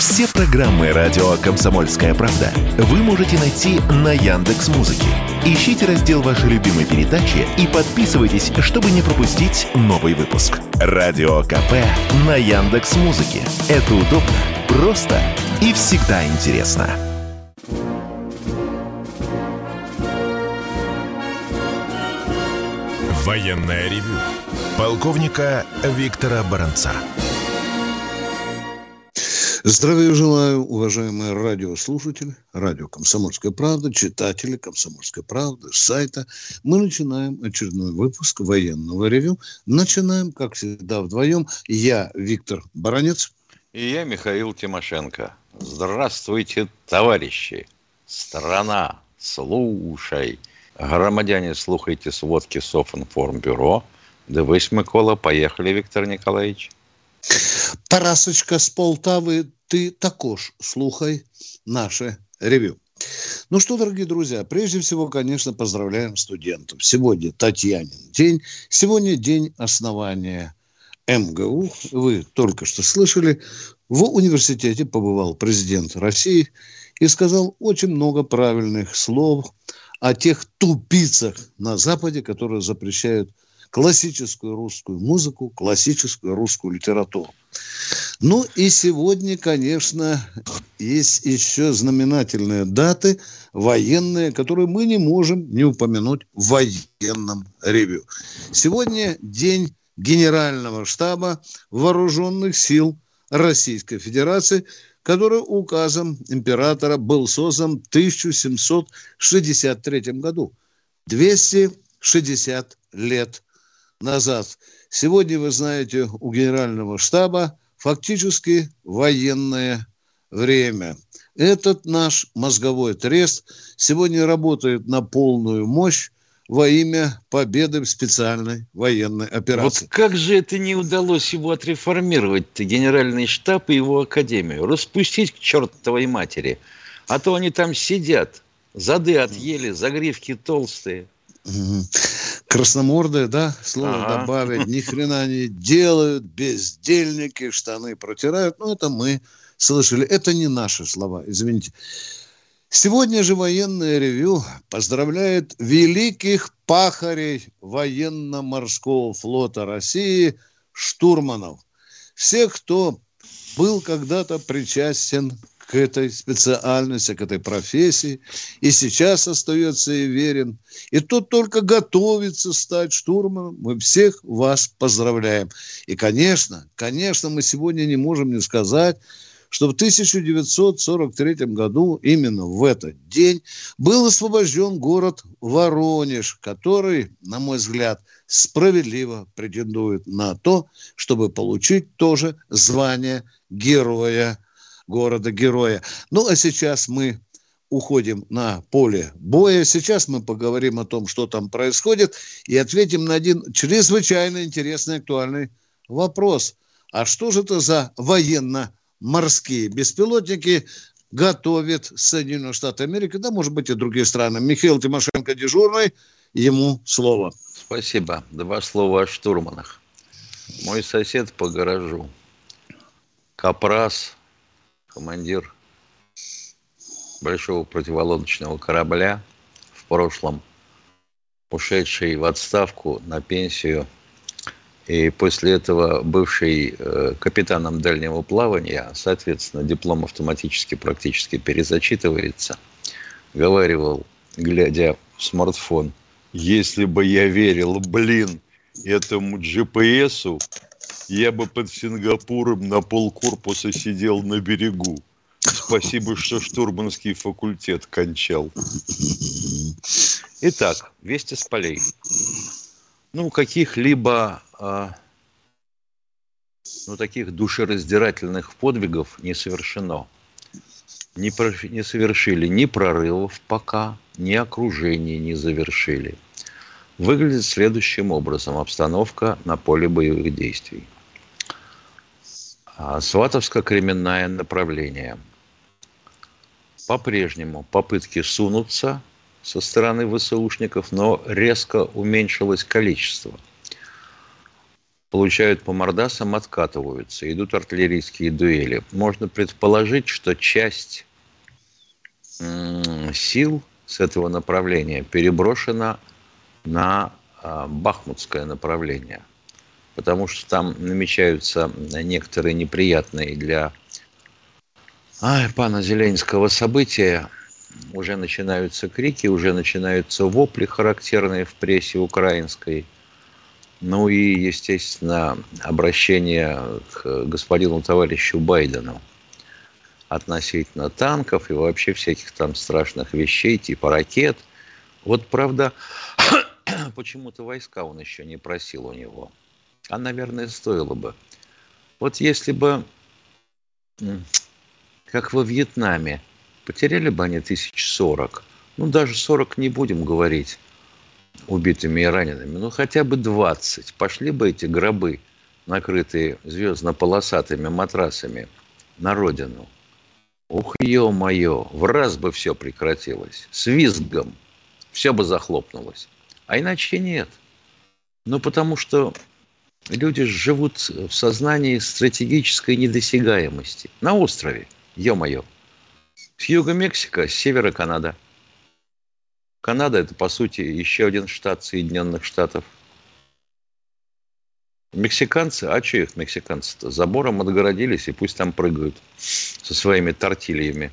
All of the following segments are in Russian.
Все программы радио «Комсомольская правда» вы можете найти на Яндекс.Музыке. Ищите раздел вашей любимой передачи и подписывайтесь, чтобы не пропустить новый выпуск. Радио КП на Яндекс.Музыке. Это удобно, просто и всегда интересно. Военное ревю полковника Виктора Баранца. Здравия желаю, уважаемые радиослушатели, радио «Комсомольская правда», читатели «Комсомольской правды», сайта. Мы начинаем очередной выпуск военного ревю. Начинаем, как всегда, вдвоем. Я Виктор Баранец. И я Михаил Тимошенко. Здравствуйте, товарищи. Страна, слушай. Громадяне, слухайте сводки Софинформбюро. Дивись, Микола, поехали, Виктор Николаевич. Тарасочка з Полтави, ты також слухай наше ревью. Ну что, дорогие друзья, прежде всего, конечно, поздравляем студентов. Сегодня Татьянин день, сегодня день основания МГУ. Вы только что слышали, в университете побывал президент России и сказал очень много правильных слов о тех тупицах на Западе, которые запрещают классическую русскую музыку, классическую русскую литературу. Ну и сегодня, конечно, есть еще знаменательные даты военные, которые мы не можем не упомянуть в военном ревью. Сегодня день Генерального штаба Вооруженных сил Российской Федерации, который указом императора был создан в 1763 году. 260 лет назад. Сегодня, вы знаете, у Генерального штаба фактически военное время. Этот наш мозговой трест сегодня работает на полную мощь во имя победы в специальной военной операции. Вот как же это не удалось его отреформировать-то, Генеральный штаб и его академию? Распустить к чертовой матери. А то они там сидят, зады отъели, загривки толстые. Красномордые, да, слово добавить, ни хрена не делают, бездельники, штаны протирают. Ну, это мы слышали. Это не наши слова, извините. Сегодня же военное ревью поздравляет великих пахарей военно-морского флота России, штурманов. Всех, кто был когда-то причастен к этой специальности, к этой профессии, и сейчас остается и верен. И тот только готовится стать штурманом. Мы всех вас поздравляем. И, конечно, мы сегодня не можем не сказать, что в 1943 году, именно в этот день, был освобожден город Воронеж, который, на мой взгляд, справедливо претендует на то, чтобы получить тоже звание героя, города-героя. Ну, а сейчас мы уходим на поле боя. Сейчас мы поговорим о том, что там происходит, и ответим на один чрезвычайно интересный, актуальный вопрос. А что же это за военно-морские беспилотники готовят Соединенные Штаты Америки, да, может быть, и другие страны? Михаил Тимошенко дежурный, ему слово. Спасибо. Два слова о штурманах. Мой сосед по гаражу, Капрас, командир большого противолодочного корабля, в прошлом ушедший в отставку на пенсию и после этого бывший капитаном дальнего плавания, соответственно, диплом автоматически практически перезачитывается, говаривал, глядя в смартфон: если бы я верил, этому GPS-у, я бы под Сингапуром на полкорпуса сидел на берегу. Спасибо, что штурманский факультет кончал. Итак, вести с полей. Каких-либо таких душераздирательных подвигов не совершено. Не совершили ни прорывов пока, ни окружений не завершили. Выглядит следующим образом обстановка на поле боевых действий. Сватовско-кременное направление. По-прежнему попытки сунуться со стороны ВСУшников, но резко уменьшилось количество. получают по мордасам, откатываются, идут артиллерийские дуэли. Можно предположить, что часть сил с этого направления переброшена на бахмутское направление, потому что там намечаются некоторые неприятные для пана Зеленского события. Уже начинаются крики, уже начинаются вопли, характерные в прессе украинской. Ну и, естественно, обращение к господину товарищу Байдену относительно танков и вообще всяких там страшных вещей, типа ракет. Вот, правда, почему-то войска он еще не просил у него. А, наверное, стоило бы. Вот если бы, как во Вьетнаме, потеряли бы они 1040, ну, даже 40 не будем говорить убитыми и ранеными, ну, хотя бы 20. Пошли бы эти гробы, накрытые звездно-полосатыми матрасами, на родину. Ух, ё-моё, в раз бы все прекратилось. С визгом все бы захлопнулось. А иначе нет. Ну, потому что люди живут в сознании стратегической недосягаемости. На острове, ё-моё. С юга Мексика, с севера Канада. Канада – это, по сути, еще один штат Соединенных Штатов. Мексиканцы, а что их мексиканцы-то? Забором отгородились, и пусть там прыгают со своими тортильями.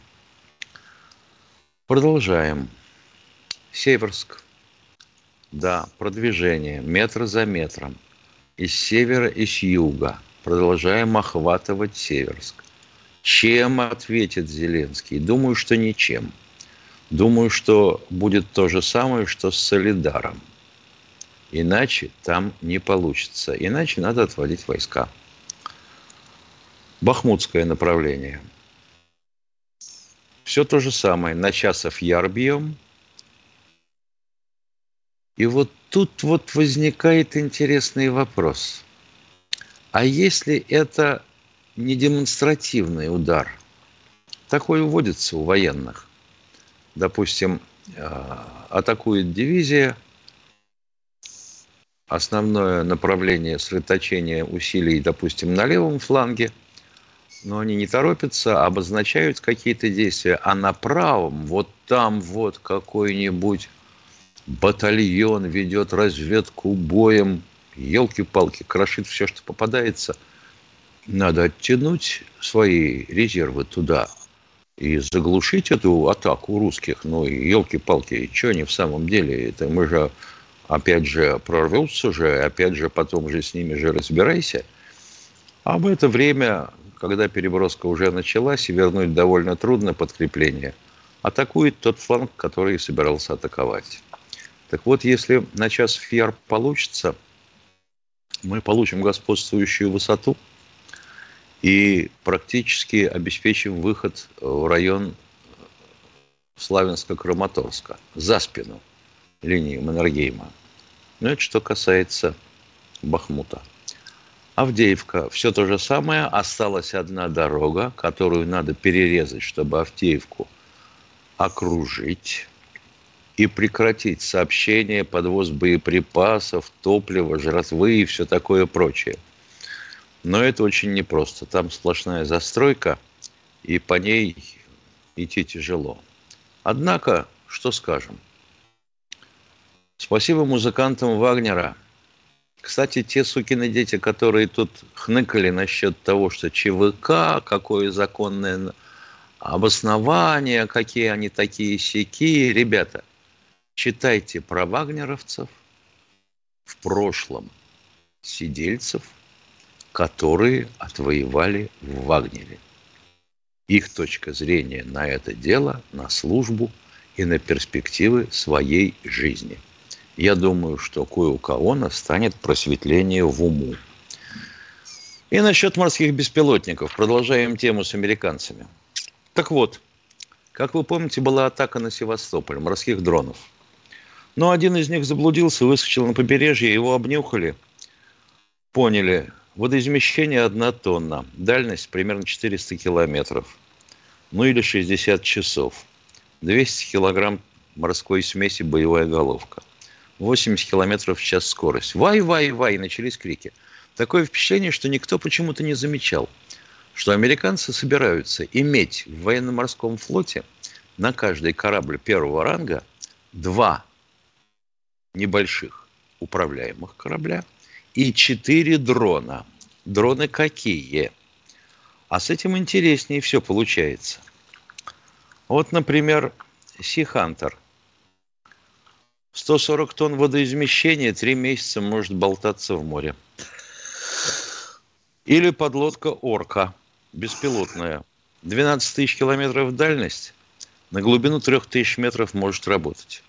Продолжаем. Северск. Да, продвижение, метр за метром. Из севера и с юга. Продолжаем охватывать Северск. Чем ответит Зеленский? Думаю, что ничем. Думаю, что будет то же самое, что с Солидаром. Иначе там не получится. Иначе надо отводить войска. Бахмутское направление. Все то же самое. На Часов Яр бьем. И вот тут вот возникает интересный вопрос. А если это не демонстративный удар? Такой вводится у военных. Допустим, атакует дивизия, основное направление сосредоточения усилий, допустим, на левом фланге, но они не торопятся, обозначают какие-то действия, а на правом, вот там вот какой-нибудь батальон ведет разведку боем, елки-палки, крошит все, что попадается. Надо оттянуть свои резервы туда и заглушить эту атаку русских. Ну, елки-палки, что они в самом деле? Это мы же, опять же, прорвутся же, опять же, потом же с ними же разбирайся. А в это время, когда переброска уже началась, и вернуть довольно трудно подкрепление, атакует тот фланг, который собирался атаковать. Так вот, если на Часов Яр получится, мы получим господствующую высоту и практически обеспечим выход в район Славянска-Краматорска, за спину линии Маннергейма. Ну, это что касается Бахмута. Авдеевка. Все то же самое. Осталась одна дорога, которую надо перерезать, чтобы Авдеевку окружить и прекратить сообщение, подвоз боеприпасов, топлива, жратвы и все такое прочее. Но это очень непросто. Там сплошная застройка, и по ней идти тяжело. Однако, что скажем? Спасибо музыкантам Вагнера. Кстати, те сукины дети, которые тут хныкали насчет того, что ЧВК, какое законное обоснование, какие они такие-сяки. Ребята, читайте про вагнеровцев в прошлом, сидельцев, которые отвоевали в Вагнере. Их точка зрения на это дело, на службу и на перспективы своей жизни. Я думаю, что кое у кого настанет просветление в уму. И насчет морских беспилотников. Продолжаем тему с американцами. Так вот, как вы помните, была атака на Севастополь морских дронов. Но один из них заблудился, выскочил на побережье, его обнюхали, поняли. Водоизмещение 1 тонна, дальность примерно 400 километров, ну или 60 часов, 200 килограмм морской смеси, боевая головка, 80 километров в час скорость. Вай, вай, вай, начались крики. Такое впечатление, что никто почему-то не замечал, что американцы собираются иметь в военно-морском флоте на каждый корабль первого ранга 2 небольших управляемых корабля и 4 дрона. Дроны какие? А с этим интереснее все получается. Вот, например, Sea Hunter. 140 тонн водоизмещения, 3 месяца может болтаться в море. Или подлодка «Орка», беспилотная. 12 тысяч километров дальность, на глубину 3000 метров может работать.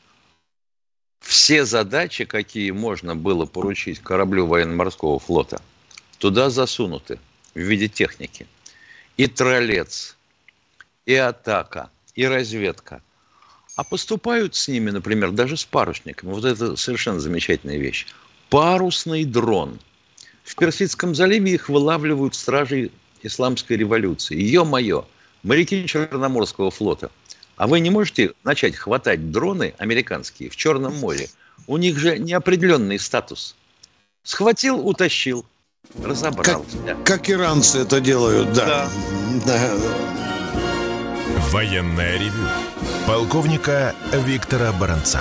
Все задачи, какие можно было поручить кораблю военно-морского флота, туда засунуты в виде техники. И тралец, и атака, и разведка. А поступают с ними, например, даже с парусниками. Вот это совершенно замечательная вещь. Парусный дрон. В Персидском заливе их вылавливают стражи исламской революции. Ё-моё, моряки Черноморского флота. А вы не можете начать хватать дроны американские в Черном море? У них же неопределенный статус. Схватил, утащил, разобрался. Как иранцы это делают, да. Военное ревю полковника Виктора Баранца.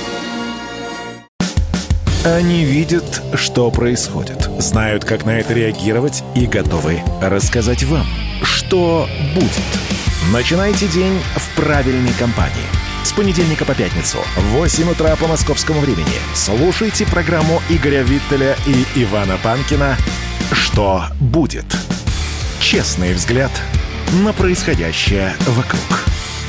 Они видят, что происходит, знают, как на это реагировать и готовы рассказать вам, что будет. Начинайте день в правильной компании. С понедельника по пятницу в 8 утра по московскому времени слушайте программу Игоря Виттеля и Ивана Панкина «Что будет?». Честный взгляд на происходящее вокруг.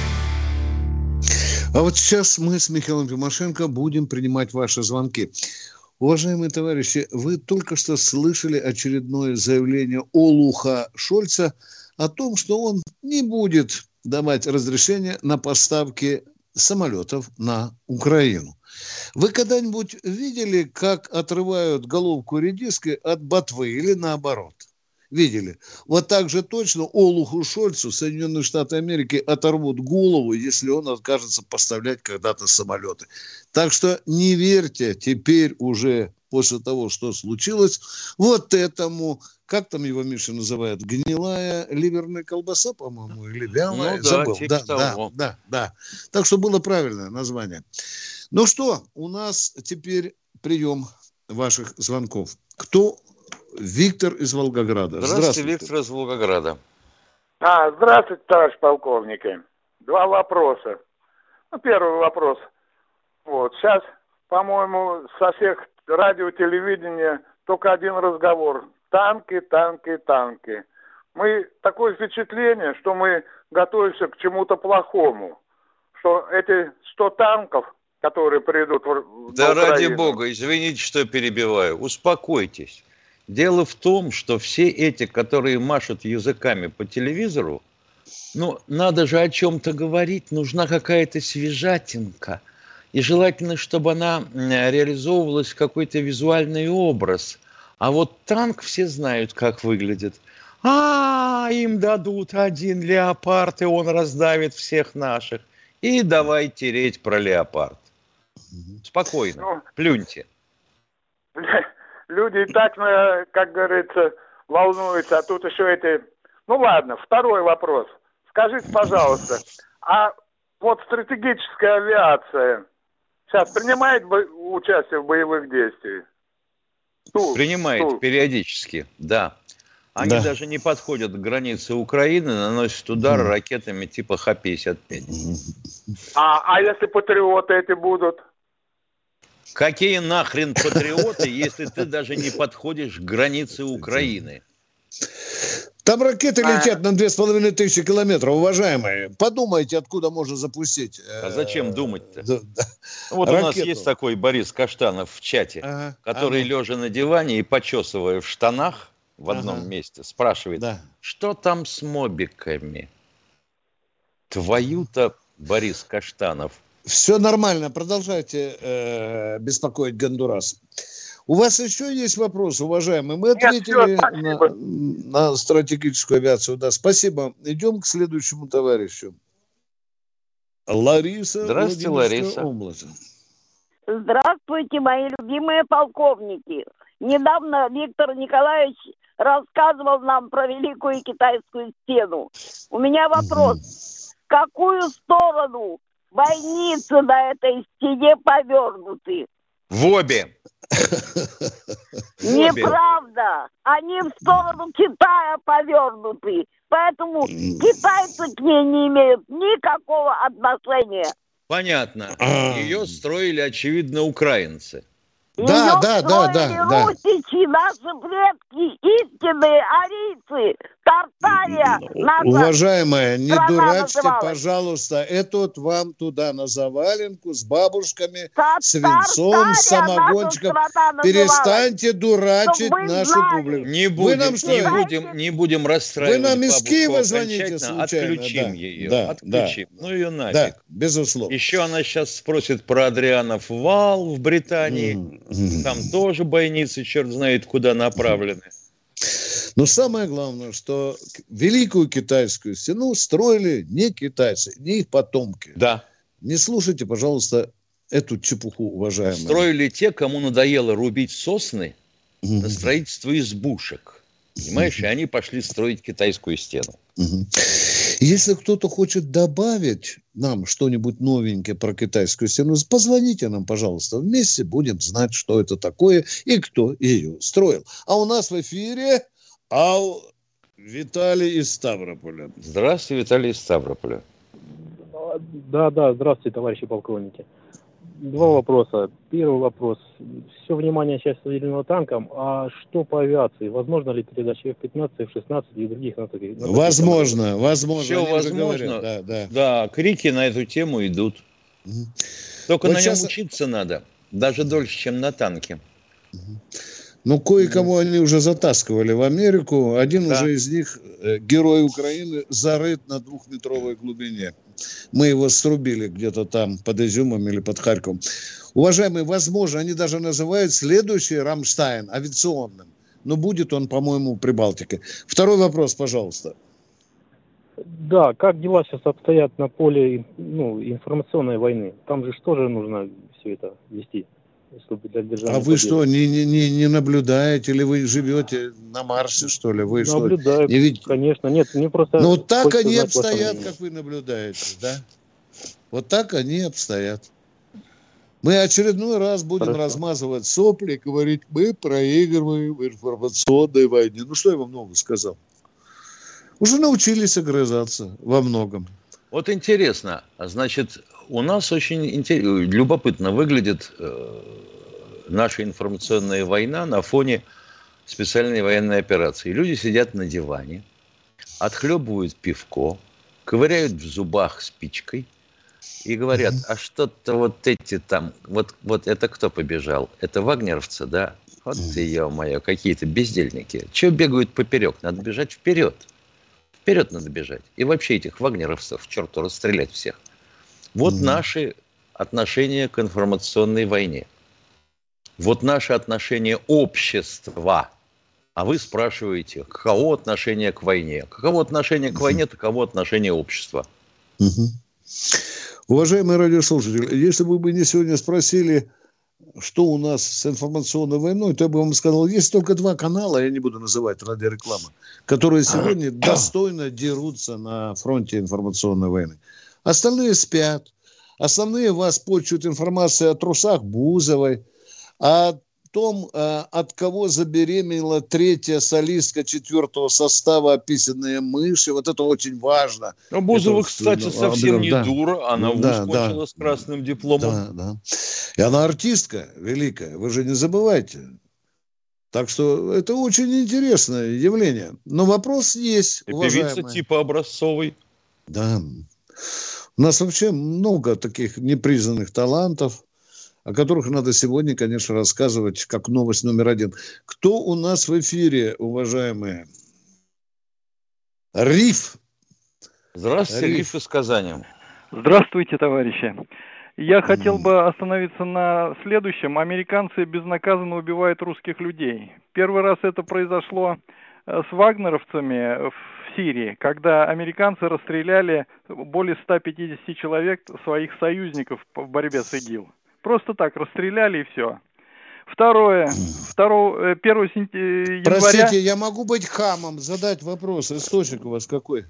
А вот сейчас мы с Михаилом Тимошенко будем принимать ваши звонки. Уважаемые товарищи, вы только что слышали очередное заявление Олафа Шольца о том, что он не будет давать разрешение на поставки самолетов на Украину. Вы когда-нибудь видели, как отрывают головку редиски от ботвы или наоборот? Видели? Вот так же точно Олафу Шольцу Соединенные Штаты Америки оторвут голову, если он откажется поставлять когда-то самолеты. Так что не верьте теперь уже после того, что случилось, вот этому, как там его Миша называет, гнилая ливерная колбаса, по-моему, или вялая? Ну да, забыл. типа того. Да. Так что было правильное название. Ну что, у нас теперь прием ваших звонков. Кто? Виктор из Волгограда. Здравствуйте, Виктор из Волгограда. Здравствуйте, товарищ полковник. 2 вопроса. Первый вопрос. Вот сейчас, по-моему, со всех радио, телевидения только один разговор. Танки, танки, танки. Такое впечатление, что мы готовимся к чему-то плохому. Что эти 100 танков, которые придут в Да Украину... ради бога, извините, что перебиваю. Успокойтесь. Дело в том, что все эти, которые машут языками по телевизору, надо же о чем-то говорить, нужна какая-то свежатинка. И желательно, чтобы она реализовывалась в какой-то визуальный образ. А вот танк все знают, как выглядит. Им дадут один леопард, и он раздавит всех наших. И давай тереть про леопард. Спокойно, плюньте. Люди и так, как говорится, волнуются, а тут еще эти... ладно, второй вопрос. Скажите, пожалуйста, а вот стратегическая авиация сейчас принимает участие в боевых действиях? Принимает периодически, да. Они даже не подходят к границе Украины, наносят удары ракетами типа Х-55. А если патриоты эти будут? Какие нахрен патриоты, если ты даже не подходишь к границе Украины? Там ракеты летят на 2500 километров, уважаемые. Подумайте, откуда можно запустить. А зачем думать-то? Да. Вот ракету. У нас есть такой Борис Каштанов в чате, который, лежа на диване и почесывая в штанах в одном месте, спрашивает, что там с мобиками? Твою-то, Борис Каштанов. Все нормально, продолжайте беспокоить Гондурас. У вас еще есть вопросы, уважаемые? Мы ответили на стратегическую авиацию. Да, спасибо. Идем к следующему товарищу. Лариса. Здравствуйте, Лариса. Область. Здравствуйте, мои любимые полковники. Недавно Виктор Николаевич рассказывал нам про Великую Китайскую стену. У меня вопрос. В какую сторону бойницы на этой стене повернуты? В обе. Неправда. Они в сторону Китая повернуты. Поэтому китайцы к ней не имеют никакого отношения. Понятно. Ее строили, очевидно, украинцы. Да. Русичи, наши предки, истинные арийцы, Тартария. Уважаемая, не дурачьте, называлась. пожалуйста. Это вот вам туда на заваленку с бабушками, с Тартария венцом, с самогончиком. Перестаньте дурачить нашу публику. Не будем расстраивать. Вы нам из Киева бабушку звоните окончательно. случайно? Отключим ее. Да. Отключим. Ну ее нафиг. Да, безусловно. Еще она сейчас спросит про Адрианов вал в Британии. Там тоже бойницы, черт знает куда направлены. Но самое главное, что Великую Китайскую стену строили не китайцы, не их потомки. Да. Не слушайте, пожалуйста, эту чепуху, уважаемые. Строили те, кому надоело рубить сосны на строительство избушек. Понимаешь, и они пошли строить Китайскую стену. Если кто-то хочет добавить нам что-нибудь новенькое про Китайскую стену, позвоните нам, пожалуйста. Вместе будем знать, что это такое и кто ее строил. А у нас в эфире Виталий из Ставрополя. Здравствуйте, Виталий из Ставрополя. Да, здравствуйте, товарищи полковники. Два вопроса. Первый вопрос. Все внимание сейчас уделено танкам. А что по авиации? Возможно ли передача F-15, F-16 и других? Возможно. Все возможно. Да, крики на эту тему идут. Только вот на нем учиться надо. Даже дольше, чем на танке. Ну, кое-кому они уже затаскивали в Америку. Один уже из них, герой Украины, зарыт на 2-метровой глубине. Мы его срубили где-то там под Изюмом или под Харьковом. Уважаемые, возможно, они даже называют следующий Рамштайн авиационным. Но будет он, по-моему, в Прибалтике. Второй вопрос, пожалуйста. Да, как дела сейчас обстоят на поле информационной войны? Там же тоже нужно все это вести. А вы что, не наблюдаете, или вы живете на Марсе, что ли? Вы наблюдаю, что, не видите? Конечно, нет, не просто... Ну, так они обстоят, как вы наблюдаете, да? Вот так они обстоят. Мы очередной раз будем размазывать сопли и говорить, мы проигрываем в информационной войне. Ну, что я вам много сказал? Уже научились огрызаться во многом. Вот интересно, значит, у нас очень любопытно выглядит наша информационная война на фоне специальной военной операции. Люди сидят на диване, отхлебывают пивко, ковыряют в зубах спичкой и говорят, а что-то вот эти там, вот это кто побежал? Это вагнеровцы, да? Вот ты, ё-моё, какие-то бездельники. Чего бегают поперек? Надо бежать вперед. Вперед надо бежать. И вообще этих вагнеровцев, черту, расстрелять всех. Вот наши отношения к информационной войне. Вот наше отношение общества. А вы спрашиваете, каково отношение к войне? Каково отношение к войне, таково отношение общества. Уважаемые радиослушатели, если бы вы мне сегодня спросили, что у нас с информационной войной, то я бы вам сказал, есть только 2 канала, я не буду называть ради рекламы, которые сегодня достойно дерутся на фронте информационной войны. Остальные спят. Остальные вас почуют информацией о трусах Бузовой, о том, от кого забеременела 3-я солистка 4-го состава «Описанные мыши». Вот это очень важно. Но Бузова, кстати, совсем не дура. Она вуз кончила с красным дипломом. Да. И она артистка великая. Вы же не забывайте. Так что это очень интересное явление. Но вопрос есть, уважаемые. Певица типа образцовой. Да. У нас вообще много таких непризнанных талантов, о которых надо сегодня, конечно, рассказывать как новость номер 1. Кто у нас в эфире, уважаемые? Риф. Здравствуйте, Риф из Казани. Здравствуйте, товарищи. Я хотел бы остановиться на следующем. Американцы безнаказанно убивают русских людей. Первый раз это произошло с вагнеровцами в Сирии, когда американцы расстреляли более 150 человек, своих союзников в борьбе с ИГИЛ. Просто так расстреляли и все. Второе. 1 января... Простите, я могу быть хамом, задать вопрос. Источник у вас какой?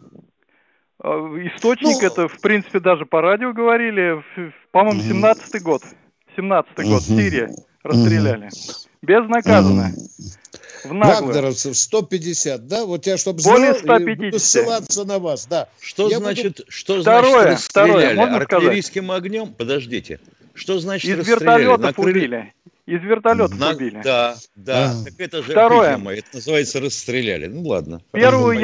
Источник это, в принципе, даже по радио говорили. По-моему, 17-й год. 17-й год. Сирия расстреляли. Безнаказанно. В наглую. Вагнеровцев 150, да? Вот я, чтобы более знал, 150. Буду ссылаться на вас, да. Что Я значит Второе, расстреляли? можно Артиллерийским огнем? Подождите. Что значит из расстреляли? вертолетов убили. Из вертолетов убили. Да. Так это же Второе. это называется расстреляли. Ну ладно. 1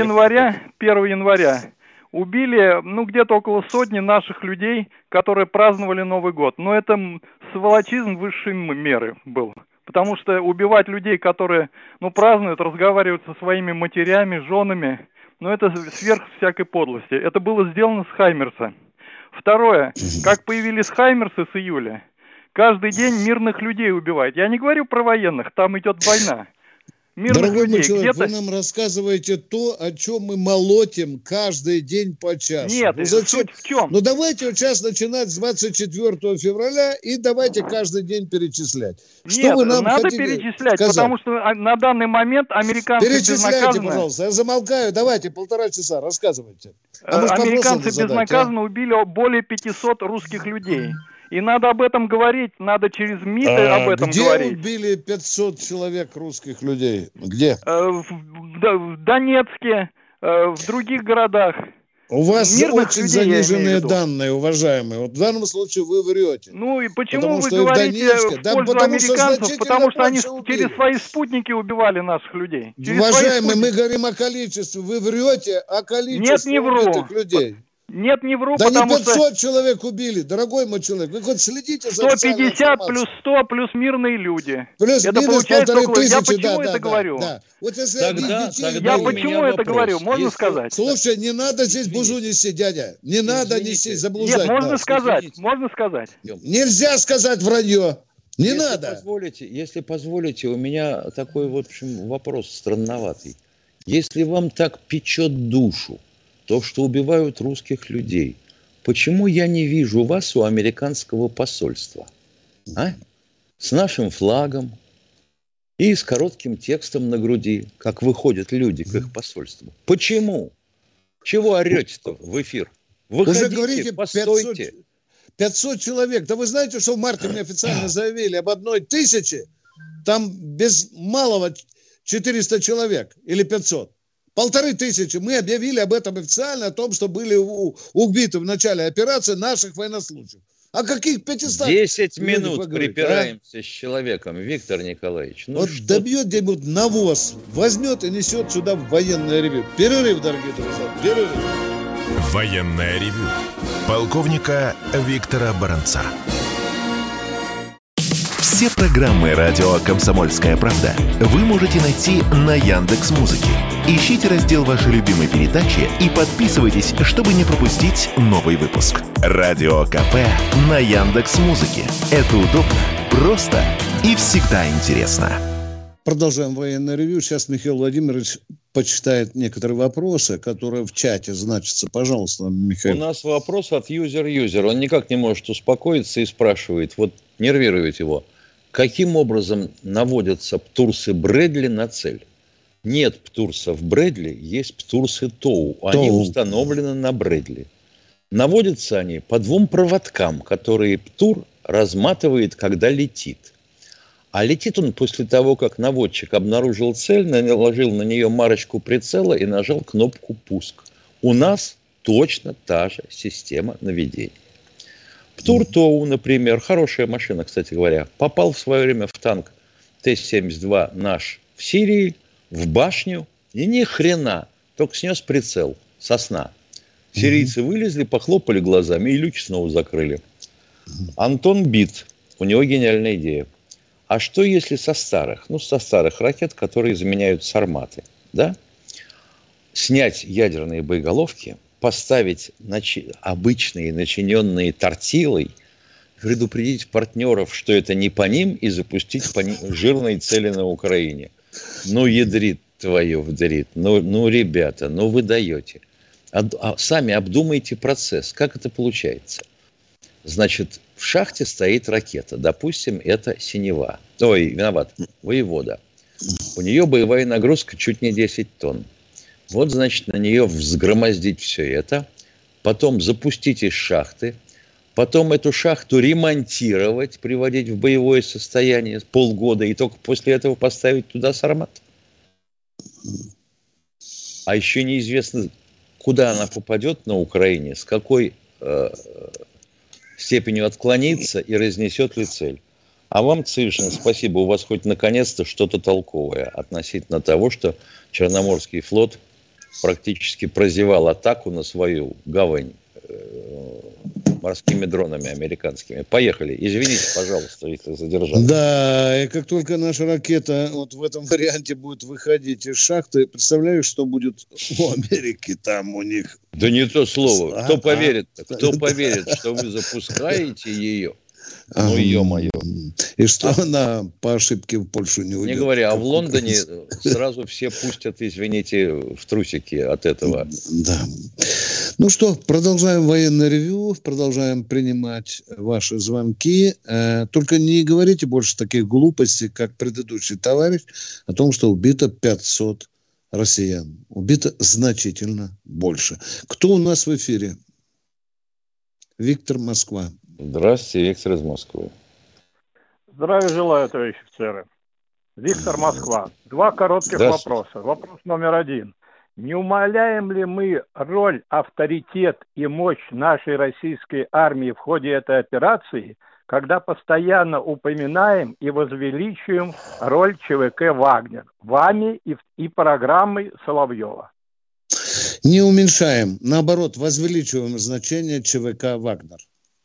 января убили, где-то около сотни наших людей, которые праздновали Новый год. Но это сволочизм высшей меры был. Потому что убивать людей, которые, празднуют, разговаривают со своими матерями, женами, это сверх всякой подлости. Это было сделано с Хаймерса. Второе. Как появились Хаймерсы с июля, каждый день мирных людей убивают. Я не говорю про военных, там идет война. Мирных Дорогой людей. мой человек, вы нам рассказываете то, о чем мы молотим каждый день по часу. Нет, суть в чем? Давайте вот сейчас начинать с 24 февраля и давайте каждый день перечислять. Нет, вы нам надо перечислять, сказать? Потому что на данный момент американцы перечисляйте, пожалуйста, я замолкаю, давайте 1,5 часа, рассказывайте. Американцы безнаказанно убили более 500 русских людей. И надо об этом говорить, надо через МИД об этом говорить. Где убили 500 человек русских людей? Где? В Донецке, в других городах. У вас очень заниженные данные, уважаемые. Вот в данном случае вы врете. И почему вы говорите в пользу американцев? Потому что они через свои спутники убивали наших людей. Уважаемые, мы говорим о количестве. Вы врете о количестве убитых людей. Нет, не вру, да потому что... 500 человек убили, дорогой мой человек. Вы хоть следите за 150 плюс 100 плюс мирные люди. Плюс это минус получается около... 1500. Я почему это говорю? Да. Вот если тогда я почему это говорю? Можно сказать? Слушай, не надо здесь бузу нести, дядя. Не надо нести, заблуждать. Нет, можно сказать. Можно сказать. Нельзя сказать вранье. Не надо. Если позволите, у меня такой, в общем, вопрос странноватый. Если вам так печет душу то, что убивают русских людей, почему я не вижу вас у американского посольства? С нашим флагом и с коротким текстом на груди, как выходят люди к их посольству. Почему? Чего орете-то в эфир? Выходите, уже говорите, постойте. 500 человек. Да вы знаете, что в марте мне официально заявили об 1000, там без малого 400 человек или 500. 1500. Мы объявили об этом официально, о том, что были убиты в начале операции наших военнослужащих. О каких 500? 10 минут припираемся с человеком, Виктор Николаевич. Вот добьет где-нибудь навоз, возьмет и несет сюда в военное ревью. Перерыв, дорогие друзья, перерыв. Военное ревью полковника Виктора Баранца. Все программы радио «Комсомольская правда» вы можете найти на Яндекс.Музыке. Ищите раздел вашей любимой передачи и подписывайтесь, чтобы не пропустить новый выпуск. Радио КП на Яндекс.Музыке. Это удобно, просто и всегда интересно. Продолжаем военное ревью. Сейчас Михаил Владимирович почитает некоторые вопросы, которые в чате значатся. Пожалуйста, Михаил. У нас вопрос от юзер. Он никак не может успокоиться и спрашивает, нервирует его. Каким образом наводятся птурсы Брэдли на цель? Нет птурсов Брэдли, есть птурсы Тоу. Они установлены на Брэдли. Наводятся они по 2 проводкам, которые птур разматывает, когда летит. А летит он после того, как наводчик обнаружил цель, наложил на нее марочку прицела и нажал кнопку «Пуск». У нас точно та же система наведения. Птур Тоу, например, хорошая машина, кстати говоря, попал в свое время в танк Т-72 наш в Сирии, в башню, и ни хрена, только снес прицел со сна. Сирийцы вылезли, похлопали глазами и люки снова закрыли. Антон Бит, у него гениальная идея. А что если со старых ракет, которые заменяют сарматы, да? Снять ядерные боеголовки, поставить обычные, начиненные тортилой, предупредить партнеров, что это не по ним, и запустить по ним жирные цели на Украине. Ядрит твою вдрит. Ребята, вы даете. Сами обдумайте процесс. Как это получается? Значит, в шахте стоит ракета. Допустим, это «Синева». Ой, виноват, «Воевода». У нее боевая нагрузка чуть не 10 тонн. Вот, значит, на нее взгромоздить все это, потом запустить из шахты, потом эту шахту ремонтировать, приводить в боевое состояние полгода, и только после этого поставить туда «Сармат». А еще неизвестно, куда она попадет на Украине, с какой степенью отклонится и разнесет ли цель. А вам, Цивишин, спасибо, у вас хоть наконец-то что-то толковое относительно того, что Черноморский флот практически прозевал атаку на свою гавань морскими дронами американскими. Поехали. Извините, пожалуйста, если задержал. Да, и как только наша ракета вот в этом варианте будет выходить из шахты, представляешь, что будет у Америки там у них? Да не то слово. Кто поверит, что вы запускаете ее? Ну, ё-моё. И что она по ошибке в Польшу не уйдет. Не говоря, а в Лондоне сразу все пустят, извините, в трусики от этого. Да. Ну что, продолжаем военное ревью, продолжаем принимать ваши звонки. Только не говорите больше таких глупостей, как предыдущий товарищ, о том, что убито 500 россиян. Убито значительно больше. Кто у нас в эфире? Виктор, Москва. Здравствуйте, Виктор из Москвы. Здравия желаю, товарищи офицеры. Виктор, Москва. Два коротких вопроса. Вопрос номер один. Не умаляем ли мы роль, авторитет и мощь нашей российской армии в ходе этой операции, когда постоянно упоминаем и возвеличиваем роль ЧВК «Вагнер» вами и программой Соловьева? Не уменьшаем, наоборот, возвеличиваем значение ЧВК «Вагнер».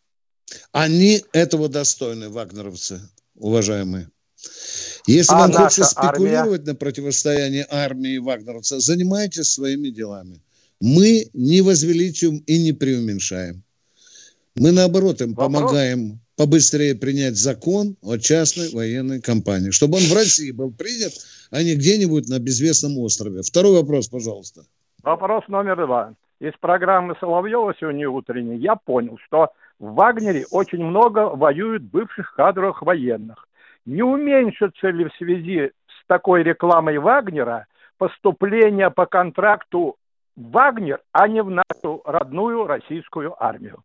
Они этого достойны, вагнеровцы, уважаемые. Если вам хочется спекулировать на противостоянии армии и вагнеровцев, занимайтесь своими делами. Мы не возвеличиваем и не преуменьшаем. Мы, наоборот, им помогаем побыстрее принять закон о частной военной компании, чтобы он в России был принят, а не где-нибудь на безвестном острове. Второй вопрос, пожалуйста. Вопрос номер два. Из программы Соловьева сегодня утренней я понял, что в Вагнере очень много воюют бывших кадровых военных. Не уменьшится ли в связи с такой рекламой Вагнера поступление по контракту в Вагнер, а не в нашу родную российскую армию?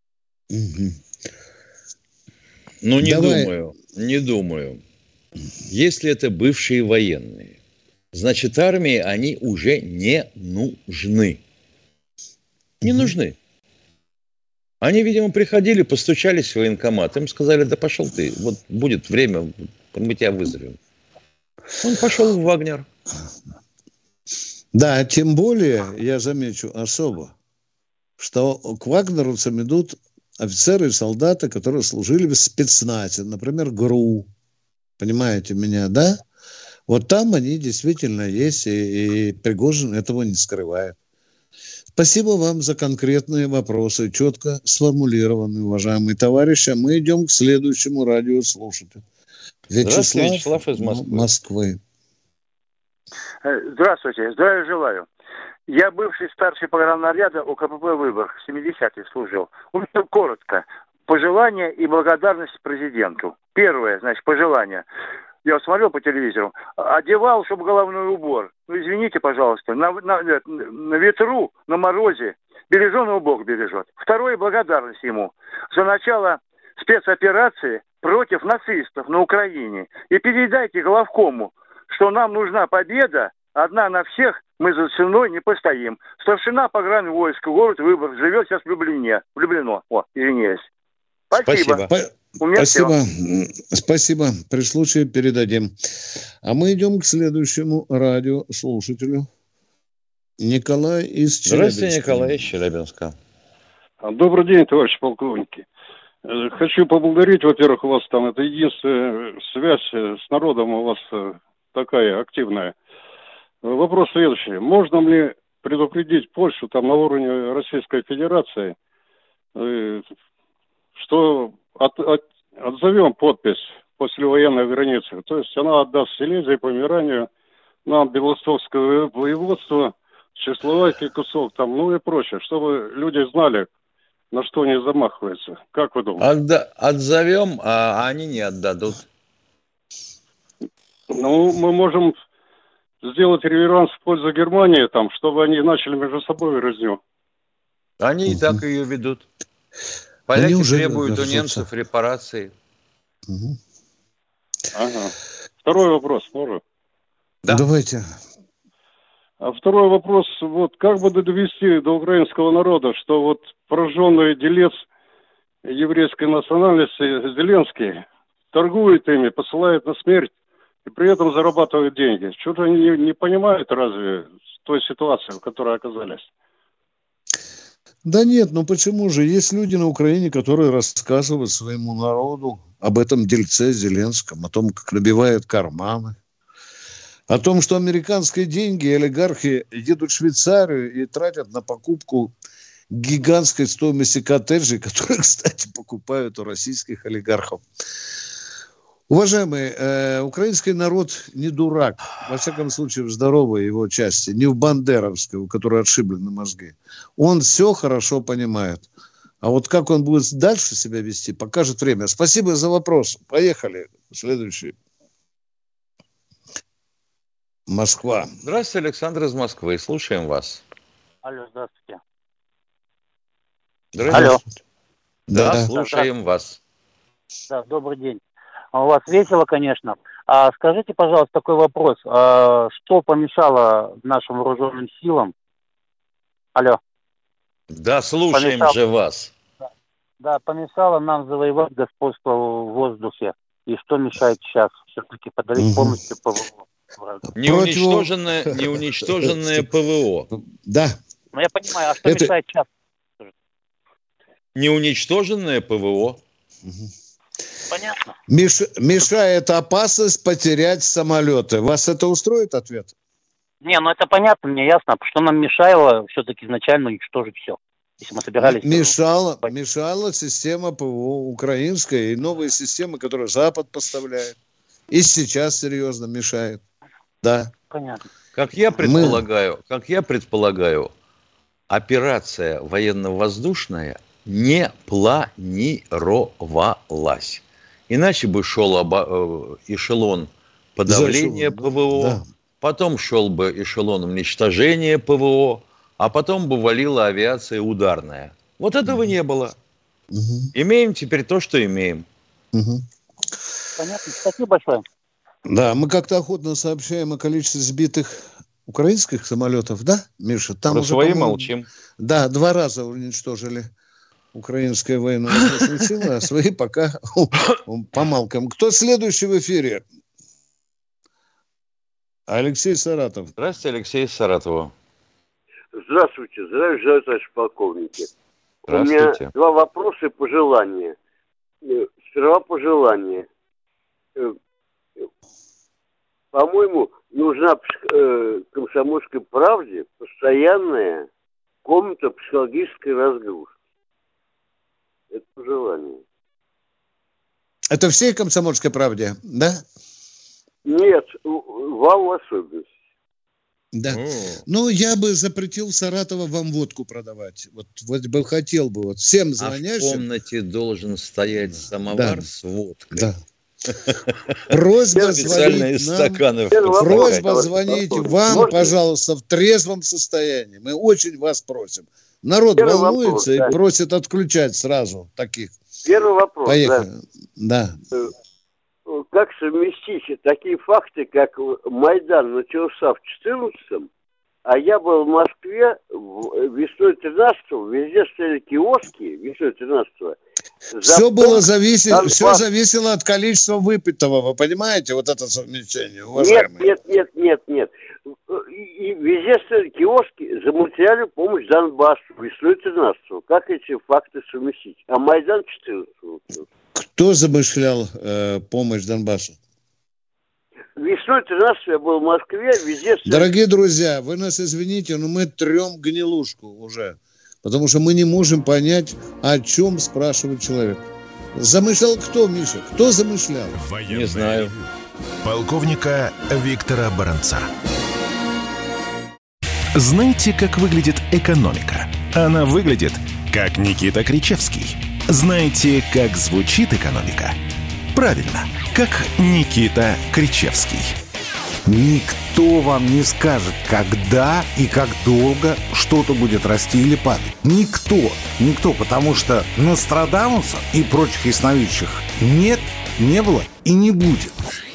Ну, не думаю. Если это бывшие военные, значит, армии они уже не нужны. Не нужны. Они, видимо, приходили, постучались в военкомат, им сказали, да пошел ты, вот будет время, мы тебя вызовем. Он пошел в Вагнер. Да, тем более, я замечу особо, что к вагнеровцам идут офицеры и солдаты, которые служили в спецназе, например, ГРУ. Понимаете меня, да? Вот там они действительно есть, и Пригожин этого не скрывает. Спасибо вам за конкретные вопросы, четко сформулированные, уважаемые товарищи. А мы идем к следующему радиослушателю. Вячеслав из Москвы. Здравствуйте, здравия желаю. Я бывший старший пограннаряда УКПП «Выборг», 70-й служил. Очень коротко. Пожелания и благодарность президенту. Первое, значит, пожелание. Я смотрел по телевизору, одевал, чтобы головной убор. Ну, извините, пожалуйста, на ветру, на морозе. Береженого Бог бережет. Второе, благодарность ему за начало спецоперации против нацистов на Украине. И передайте Головкому, что нам нужна победа, одна на всех, мы за ценой не постоим. Старшина погранвойска, город Выборг, живет сейчас в Люблино. Извиняюсь. Спасибо. Спасибо. При случае передадим. А мы идем к следующему радиослушателю. Николай из Челябинска. Здравствуйте, Николай из Челябинска. Добрый день, товарищи полковники. Хочу поблагодарить, во-первых, у вас там это единственная связь с народом у вас такая активная. Вопрос следующий. Можно ли предупредить Польшу там на уровне Российской Федерации, что отзовем подпись послевоенной границы? То есть она отдаст Силезию, Померанию, нам Белостокское воеводство, Чехословакии кусок там, ну и прочее, чтобы люди знали, на что они замахиваются? Как вы думаете? Отзовем, а они не отдадут. Ну, мы можем сделать реверанс в пользу Германии, там, чтобы они начали между собой разню. Они и так ее ведут. Поляки требуют у немцев репарации. Ага. Второй вопрос, можно? Да. Давайте. А второй вопрос, вот как бы довести до украинского народа, что вот пораженный делец еврейской национальности Зеленский торгует ими, посылает на смерть и при этом зарабатывает деньги. Что-то они не понимают разве той ситуации, в которой оказались? Да нет, ну почему же? Есть люди на Украине, которые рассказывают своему народу об этом дельце Зеленском, о том, как набивают карманы, о том, что американские деньги и олигархи едут в Швейцарию и тратят на покупку гигантской стоимости коттеджей, которые, кстати, покупают у российских олигархов. Уважаемый, украинский народ не дурак, во всяком случае в здоровой его части, не в бандеровской, у которой отшиблены мозги. Он все хорошо понимает. А вот как он будет дальше себя вести, покажет время. Спасибо за вопрос. Поехали. Следующий. Москва. Здравствуйте, Александр из Москвы. Слушаем вас. Алло, здравствуйте. Здравствуйте. Алло. Да, слушаем вас. Да, добрый день. У вас весело, конечно. Скажите, пожалуйста, такой вопрос. Что помешало нашим вооруженным силам? Алло. Да, слушаем же вас. Да, помешало нам завоевать господство в воздухе. И что мешает сейчас все-таки подавить полностью ПВО? Неуничтоженное ПВО. Да. Ну, я понимаю, а что мешает сейчас? Неуничтоженное ПВО. Понятно. Мешает опасность потерять самолеты. Вас это устроит ответ? Не, ну это понятно, мне ясно. Что нам мешало все-таки изначально уничтожить все? Если мы собирались... Мешала система ПВО украинская и новые системы, которые Запад поставляет. И сейчас серьезно мешает. Да. Понятно. Как я предполагаю, операция военно-воздушная не планировалась. Иначе бы шел эшелон подавления ПВО, да. Потом шел бы эшелон уничтожения ПВО, а потом бы валила авиация ударная. Вот этого не было. Имеем теперь то, что имеем. Понятно. Спасибо большое. Да, мы как-то охотно сообщаем о количестве сбитых украинских самолетов, да, Миша? Там про уже, свои молчим. Да, 2 раза уничтожили украинское военно-воздушное силы, а свои пока помалкиваем. Кто следующий в эфире? Алексей Саратов. Здравствуйте, Алексей Саратова. Здравствуйте, здравия желаю, товарищ полковники. Здравствуйте. У меня 2 вопроса и пожелания. Сперва пожелание. По-моему, нужна «Комсомольской правде» постоянная комната психологической разгрузки. Это пожелание. Это всей «Комсомольской правде», да? Нет, вам в особенности. Да. Ну, я бы запретил Саратова вам водку продавать. Вот бы хотел бы. Вот всем звонящим. А в комнате должен стоять самовар с водкой. Да. Просьба звонить нам. Просьба звонить вам, пожалуйста, в трезвом состоянии. Мы очень вас просим. Народ волнуется и просит отключать сразу таких. Первый вопрос. Поехали. Да. Как совместить такие факты, как Майдан начался в 14-м, а я был в Москве весной 13-го, везде стояли киоски весной 13-го. Все зависело от количества выпитого, вы понимаете, вот это совмещение, уважаемые? Нет. И везде стояли киоски за материальную помощь Донбассу весной 13-го. Как эти факты совместить? А Майдан 14-го. Кто замышлял помощь Донбассу? Весной 13 я был в Москве, везде... Дорогие друзья, вы нас извините, но мы трем гнилушку уже. Потому что мы не можем понять, о чем спрашивает человек. Замышлял кто, Миша? Кто замышлял? Не знаю. Полковника Виктора Баранца. Знаете, как выглядит экономика? Она выглядит, как Никита Кричевский. Знаете, как звучит экономика? Правильно, как Никита Кричевский. Никто вам не скажет, когда и как долго что-то будет расти или падать. Никто, потому что Нострадамуса и прочих ясновидящих нет, не было и не будет.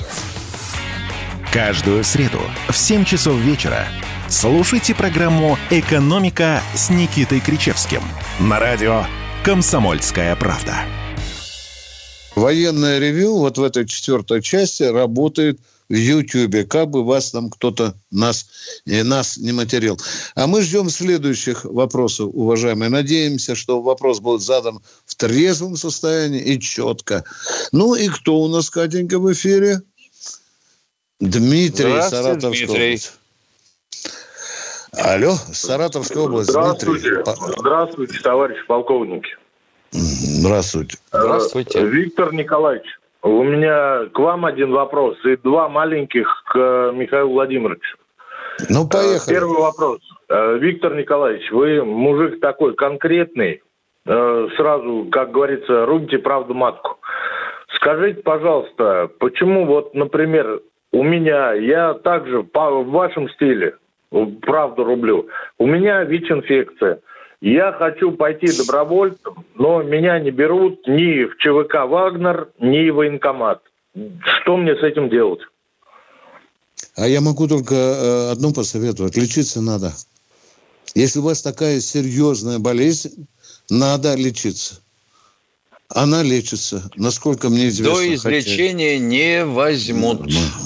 Каждую среду в 7 часов вечера слушайте программу «Экономика» с Никитой Кричевским на радио «Комсомольская правда». Военное ревью вот в этой 4 части работает в Ютьюбе, как бы вас там кто-то нас не материл. А мы ждем следующих вопросов, уважаемые. Надеемся, что вопрос будет задан в трезвом состоянии и четко. Ну и кто у нас, Катенька, в эфире? Дмитрий, Саратовская область. Алло, Саратовская область. Здравствуйте. Дмитрий. Здравствуйте, товарищи полковники. Здравствуйте. Здравствуйте. Виктор Николаевич, у меня к вам один вопрос и 2 маленьких к Михаилу Владимировичу. Ну, поехали. Первый вопрос. Виктор Николаевич, вы мужик такой конкретный, сразу, как говорится, рубите правду матку. Скажите, пожалуйста, почему вот, например, у меня, я также в вашем стиле правду рублю, у меня ВИЧ-инфекция. Я хочу пойти добровольцем, но меня не берут ни в ЧВК «Вагнер», ни в военкомат. Что мне с этим делать? А я могу только одно посоветовать. Лечиться надо. Если у вас такая серьезная болезнь, надо лечиться. Она лечится, насколько мне известно. До излечения не возьмут.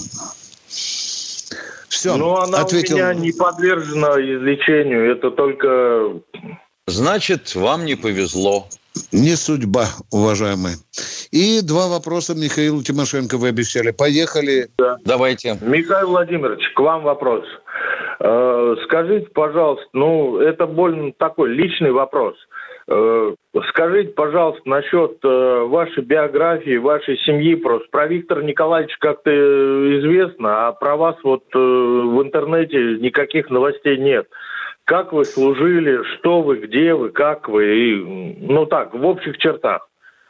Все, но она ответил. У меня не подвержена излечению. Это только... Значит, вам не повезло. Не судьба, уважаемые. И 2 вопроса Михаилу Тимошенко вы обещали. Поехали. Да. Давайте. Михаил Владимирович, к вам вопрос. Скажите, пожалуйста, это больно такой личный вопрос. Скажите, пожалуйста, насчет вашей биографии, вашей семьи. Просто про Виктора Николаевича как-то известно, а про вас вот в интернете никаких новостей нет. Как вы служили, что вы, где вы, как вы, и, так, в общих чертах.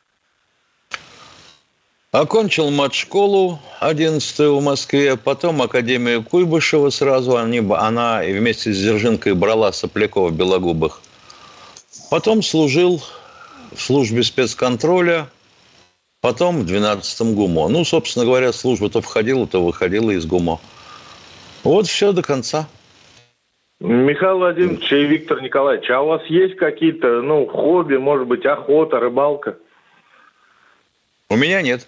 Окончил матшколу 11-ю в Москве, потом Академию Куйбышева сразу. Она вместе с Дзержинкой брала сопляков белогубых. Потом служил в службе спецконтроля, потом в 12-м ГУМО. Собственно говоря, служба то входила, то выходила из ГУМО. Вот все до конца. Михаил Владимирович и Виктор Николаевич, а у вас есть какие-то, хобби, может быть, охота, рыбалка? У меня нет.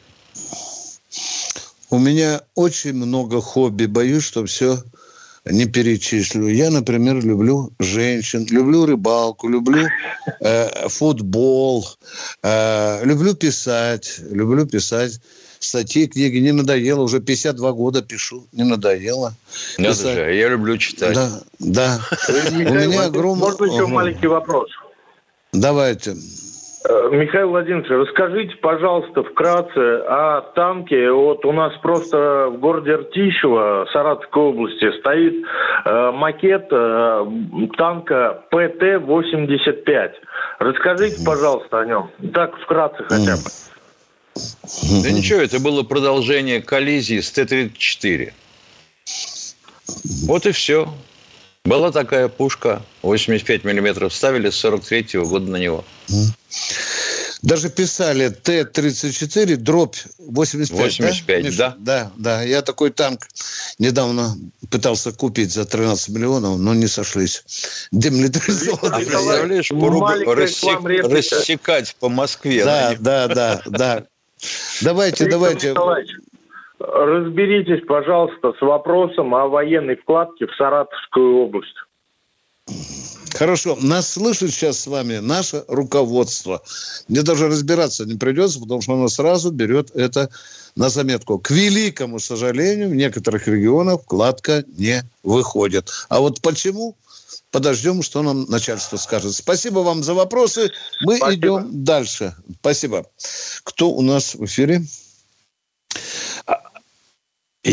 У меня очень много хобби. Боюсь, что все не перечислю. Я, например, люблю женщин, люблю рыбалку, люблю футбол, люблю писать статьи, книги. Не надоело, уже 52 года пишу, не надоело. Надо же, я люблю читать. Да. У меня огромный... Можно еще маленький вопрос? Давайте. Михаил Владимирович, расскажите, пожалуйста, вкратце о танке. Вот у нас просто в городе Ртищево, Саратовской области, стоит макет танка ПТ-85. Расскажите, пожалуйста, о нем. Так, вкратце хотя бы. Да ничего, это было продолжение коллизии с Т-34. Вот и все. Была такая пушка, 85 миллиметров, ставили с 43-го года на него. Даже писали Т-34, дробь 85. 85, да? Да. Я такой танк недавно пытался купить за 13 миллионов, но не сошлись. Демилитаризованный. Представляешь, рассекать по Москве. Да. Давайте. Разберитесь, пожалуйста, с вопросом о военной вкладке в Саратовскую область. Хорошо. Нас слышит сейчас с вами наше руководство. Мне даже разбираться не придется, потому что оно сразу берет это на заметку. К великому сожалению, в некоторых регионах вкладка не выходит. А вот почему? Подождем, что нам начальство скажет. Спасибо вам за вопросы. Мы идем дальше. Спасибо. Кто у нас в эфире?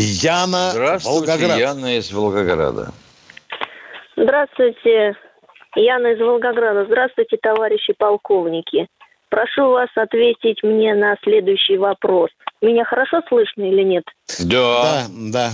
Яна, Здравствуйте, Волгоград. Яна из Волгограда. Здравствуйте, Яна из Волгограда. Здравствуйте, товарищи полковники. Прошу вас ответить мне на следующий вопрос. Меня хорошо слышно или нет? Да.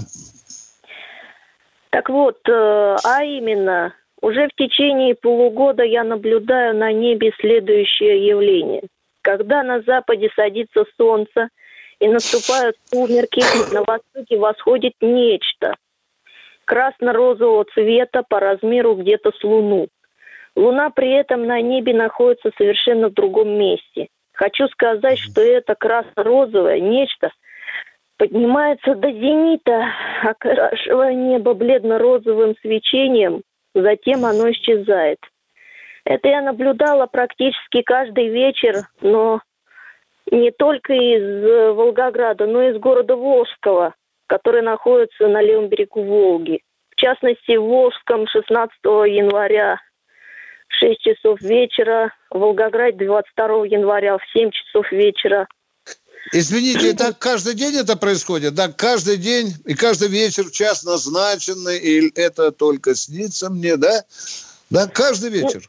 Так вот, а именно, уже в течение полугода я наблюдаю на небе следующее явление. Когда на западе садится солнце и наступают сумерки, на востоке восходит нечто красно-розового цвета по размеру где-то с Луну. Луна при этом на небе находится совершенно в другом месте. Хочу сказать, что это красно-розовое нечто поднимается до зенита, окрашивая небо бледно-розовым свечением, затем оно исчезает. Это я наблюдала практически каждый вечер, но не только из Волгограда, но и из города Волжского, который находится на левом берегу Волги. В частности, в Волжском 16 января в 6 часов вечера, в Волгограде 22 января в 7 часов вечера. Извините, это каждый день это происходит? Да, каждый день и каждый вечер в час назначенный, или это только снится мне, да? Да, каждый вечер.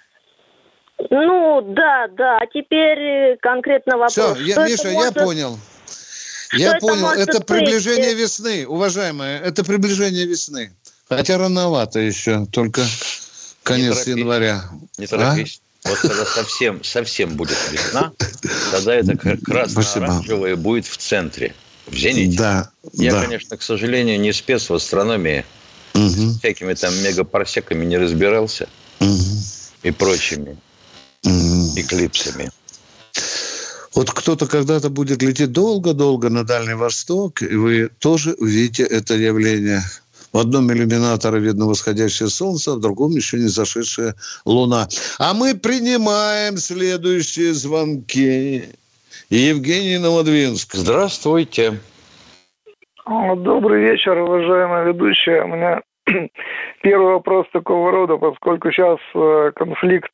Ну, да. А теперь конкретно вопрос. Все, Миша, я понял. Я понял, это приближение весны, уважаемые, это приближение весны. Хотя рановато еще, только конец января. Не торопись. Вот когда совсем будет весна, тогда это красно-оранжевое будет в центре, в зените. Да. Я, конечно, к сожалению, не спец в астрономии. С всякими там мегапарсеками не разбирался и прочими эклипсами. Вот кто-то когда-то будет лететь долго-долго на Дальний Восток, и вы тоже увидите это явление. В одном иллюминаторе видно восходящее солнце, а в другом еще не зашедшая луна. А мы принимаем следующие звонки. Евгений Новодвинск. Здравствуйте. Добрый вечер, уважаемая ведущая. У меня первый вопрос такого рода, поскольку сейчас конфликт,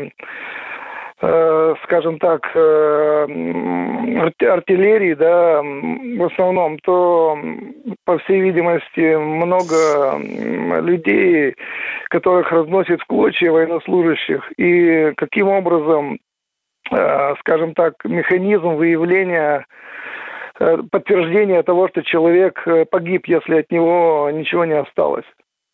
скажем так, артиллерии, да, в основном, то, по всей видимости, много людей, которых разносит в клочья военнослужащих. И каким образом, скажем так, механизм выявления, подтверждения того, что человек погиб, если от него ничего не осталось?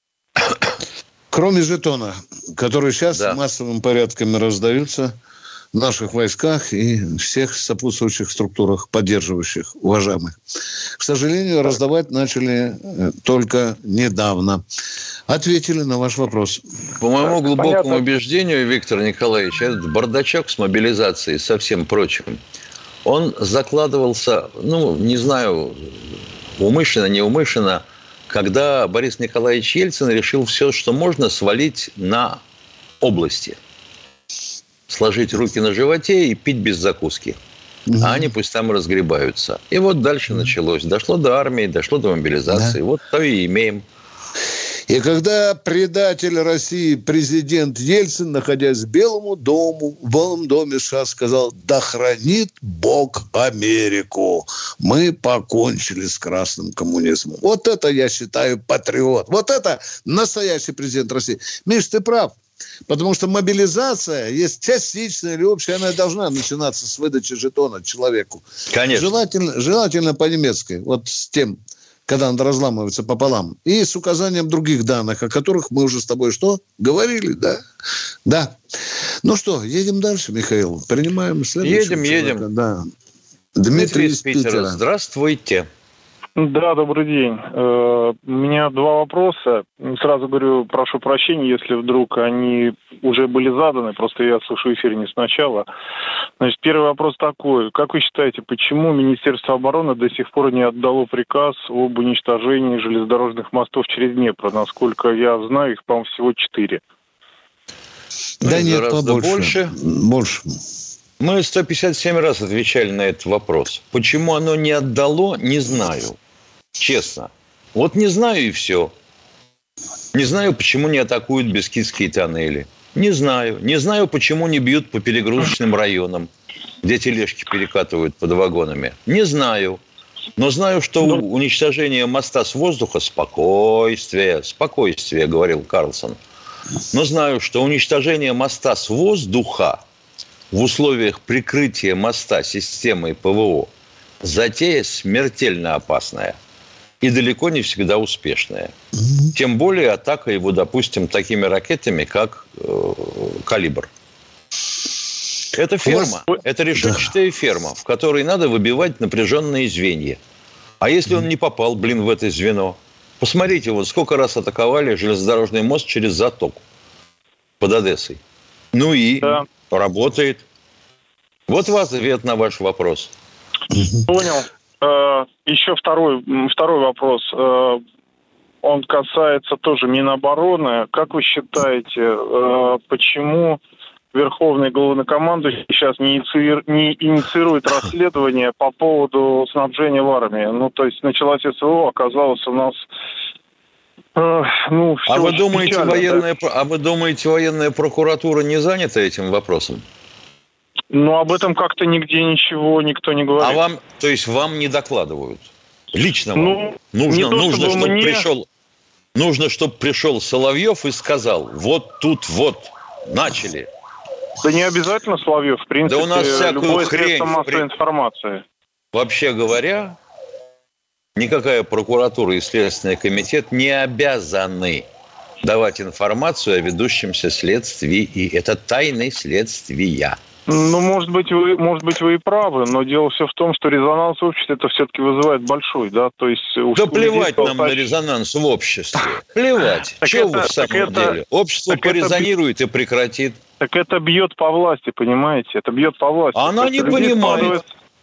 Кроме жетона, который сейчас массовым порядком раздаются в наших войсках и всех сопутствующих структурах, поддерживающих, уважаемых. К сожалению, раздавать начали только недавно. Ответили на ваш вопрос. По моему глубокому убеждению, Виктор Николаевич, этот бардачок с мобилизацией и со всем прочим, он закладывался, не знаю, умышленно, неумышленно, когда Борис Николаевич Ельцин решил все, что можно, свалить на области. Сложить руки на животе и пить без закуски. А они пусть там разгребаются. И вот дальше началось. Дошло до армии, дошло до мобилизации. Да. Вот то и имеем. И когда предатель России, президент Ельцин, находясь в Белом доме США, сказал: «Да хранит Бог Америку, мы покончили с красным коммунизмом». Вот это, я считаю, патриот. Вот это настоящий президент России. Миш, ты прав. Потому что мобилизация есть частичная или общая, она должна начинаться с выдачи жетона человеку. Конечно. Желательно по-немецки, вот с тем, когда он разламывается пополам. И с указанием других данных, о которых мы уже с тобой говорили, да? Да. Ну что, едем дальше, Михаил. Принимаем следующего человека. Едем. Да. Дмитрий из Питера. Здравствуйте. Да, добрый день. У меня два вопроса. Сразу говорю, прошу прощения, если вдруг они уже были заданы, просто я слышу эфир не сначала. Значит, первый вопрос такой. Как вы считаете, почему Министерство обороны до сих пор не отдало приказ об уничтожении железнодорожных мостов через Днепр? Насколько я знаю, их, по-моему, всего 4. Да нет, побольше. Больше. Мы 157 раз отвечали на этот вопрос. Почему оно не отдало, не знаю. Честно. Вот не знаю и все. Не знаю, почему не атакуют бескидские тоннели. Не знаю. Не знаю, почему не бьют по перегрузочным районам, где тележки перекатывают под вагонами. Не знаю. Но знаю, что уничтожение моста с воздуха – спокойствие, говорил Карлсон. Но знаю, что уничтожение моста с воздуха в условиях прикрытия моста системой ПВО затея смертельно опасная и далеко не всегда успешная. Тем более атака его, допустим, такими ракетами, как «Калибр». Это ферма, это решетчатая ферма, в которой надо выбивать напряженные звенья. А если он не попал, в это звено? Посмотрите, вот сколько раз атаковали железнодорожный мост через затоку под Одессой. Ну и работает. Вот ответ на ваш вопрос. Понял. Еще второй вопрос. Он касается тоже Минобороны. Как вы считаете, почему Верховный главнокомандующий сейчас не инициирует расследование по поводу снабжения в армии? Ну, то есть началась СВО, оказалось у нас... А вы думаете, военная прокуратура не занята этим вопросом? Об этом как-то нигде ничего никто не говорит. Вам не докладывают? Лично вам? Нужно, чтобы пришел Соловьев и сказал, вот тут начали. Да не обязательно Соловьев, в принципе, да у нас любое средство массовой информации. Вообще говоря, никакая прокуратура и Следственный комитет не обязаны давать информацию о ведущемся следствии. И это тайны следствия. Может быть, вы и правы, но дело все в том, что резонанс в обществе это все-таки вызывает большой, да, то есть... Да плевать нам на резонанс в обществе, плевать, чего вы в самом деле? Общество порезонирует и прекратит. Так это бьет по власти, понимаете, это бьет по власти. Она не понимает.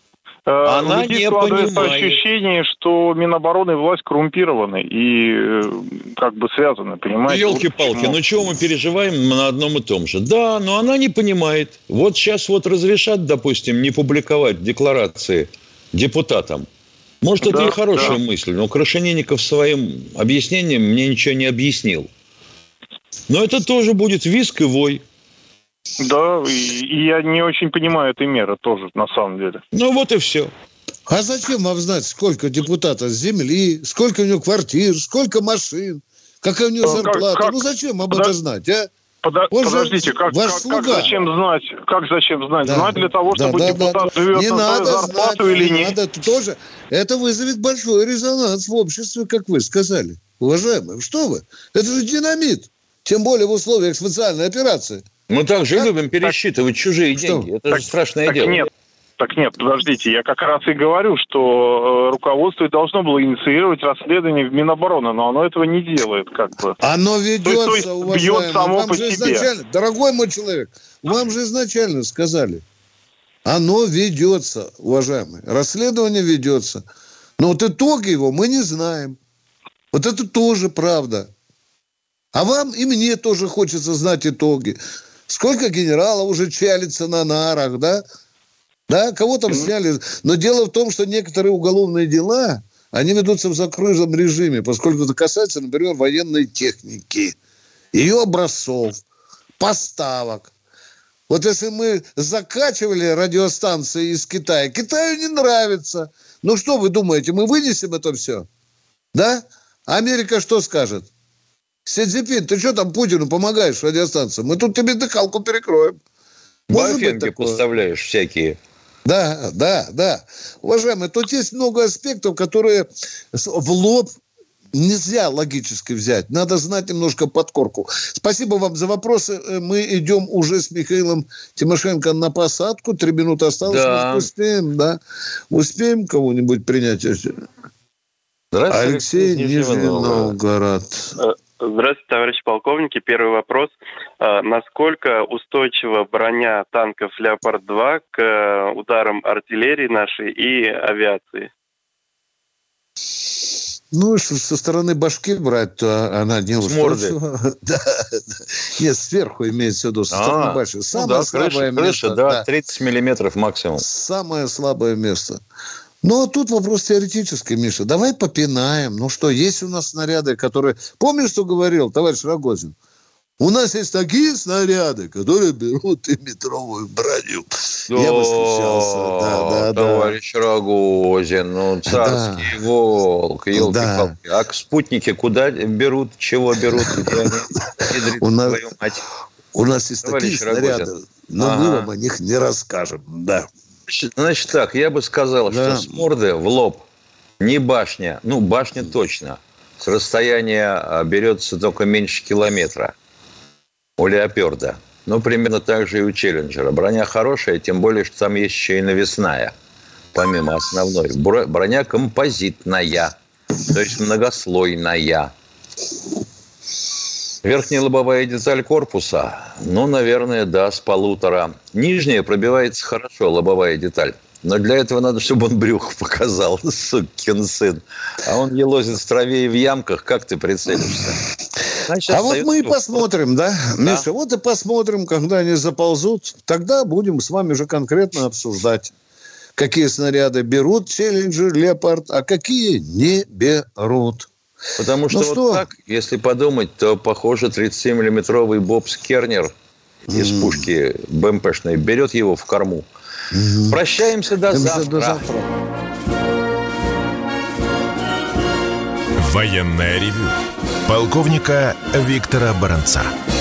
Она не понимает. Ощущение, что Минобороны и власть коррумпированы и связаны, понимаете? Елки-палки, чего мы переживаем на одном и том же? Да, но она не понимает. Вот сейчас разрешат, допустим, не публиковать декларации депутатам. Может, это и хорошая мысль, но Крашенинников своим объяснением мне ничего не объяснил. Но это тоже будет визг и вой. Да, и я не очень понимаю этой меры тоже, на самом деле. Вот и все. А зачем вам знать, сколько депутатов земли, сколько у него квартир, сколько машин, какая у него зарплата? Зачем вам это знать, а? Подождите, как зачем знать? Знать для того, чтобы депутат живет на свою зарплату или нет? Тоже. Это вызовет большой резонанс в обществе, как вы сказали. Уважаемые, что вы? Это же динамит. Тем более в условиях специальной операции. Мы также любим пересчитывать чужие деньги. Это же страшное дело. Нет, подождите. Я как раз и говорю, что руководство должно было инициировать расследование в Минобороны, но оно этого не делает, Оно ведется, уважаемый. Бьет само по себе. Дорогой мой человек, вам же изначально сказали. Оно ведется, уважаемый. Расследование ведется. Но итоги его мы не знаем. Это тоже правда. А вам и мне тоже хочется знать итоги. Сколько генералов уже чалится на нарах, да? Да, кого там сняли. Но дело в том, что некоторые уголовные дела, они ведутся в закрытом режиме, поскольку это касается, например, военной техники, ее образцов, поставок. Если мы закачивали радиостанции из Китая, Китаю не нравится. Что вы думаете, мы вынесем это все? Да? Америка что скажет? Си Цзиньпин, ты что там Путину помогаешь радиостанциям? Мы тут тебе дыхалку перекроем. Бафенки поставляешь всякие. Да. Уважаемые, тут есть много аспектов, которые в лоб нельзя логически взять. Надо знать немножко подкорку. Спасибо вам за вопросы. Мы идем уже с Михаилом Тимошенко на посадку. 3 минуты осталось. Да. Мы успеем, да? Успеем кого-нибудь принять? Алексей, Нижний Новгород. Здравствуйте, товарищи полковники. Первый вопрос. Насколько устойчива броня танков «Леопард-2» к ударам артиллерии нашей и авиации? Со стороны башки брать, то она не устойчива. Да. Нет, сверху имеется в виду, со стороны башки. Самое слабое место. Крыша, 30 миллиметров максимум. Самое слабое место. Но тут вопрос теоретический, Миша. Давай попинаем. Есть у нас снаряды, которые... Помнишь, что говорил товарищ Рогозин? У нас есть такие снаряды, которые берут и метровую броню. Я восхищался. Да, товарищ Рогозин, царский волк, елки-палки. А спутники куда берут, чего берут? У нас есть такие снаряды, но мы вам о них не расскажем. Да. Значит так, я бы сказал, что с морды в лоб не башня, башня точно, с расстояния берется только меньше километра. У Леопарда. Примерно так же и у Челленджера. Броня хорошая, тем более, что там есть еще и навесная, помимо основной. Броня композитная, то есть многослойная. Верхняя лобовая деталь корпуса, наверное, с 1,5. Нижняя пробивается хорошо, лобовая деталь. Но для этого надо, чтобы он брюхо показал, сукин сын. А он елозит в траве и в ямках, как ты прицелишься? Значит, вот мы и посмотрим, да, Миша, вот и посмотрим, когда они заползут, тогда будем с вами уже конкретно обсуждать, какие снаряды берут Челленджер, Леопард, а какие не берут. Потому что так, если подумать, то, похоже, 37-миллиметровый Бобс Кернер из пушки БМПшной берет его в корму. Прощаемся до завтра. Военное ревю полковника Виктора Баранца.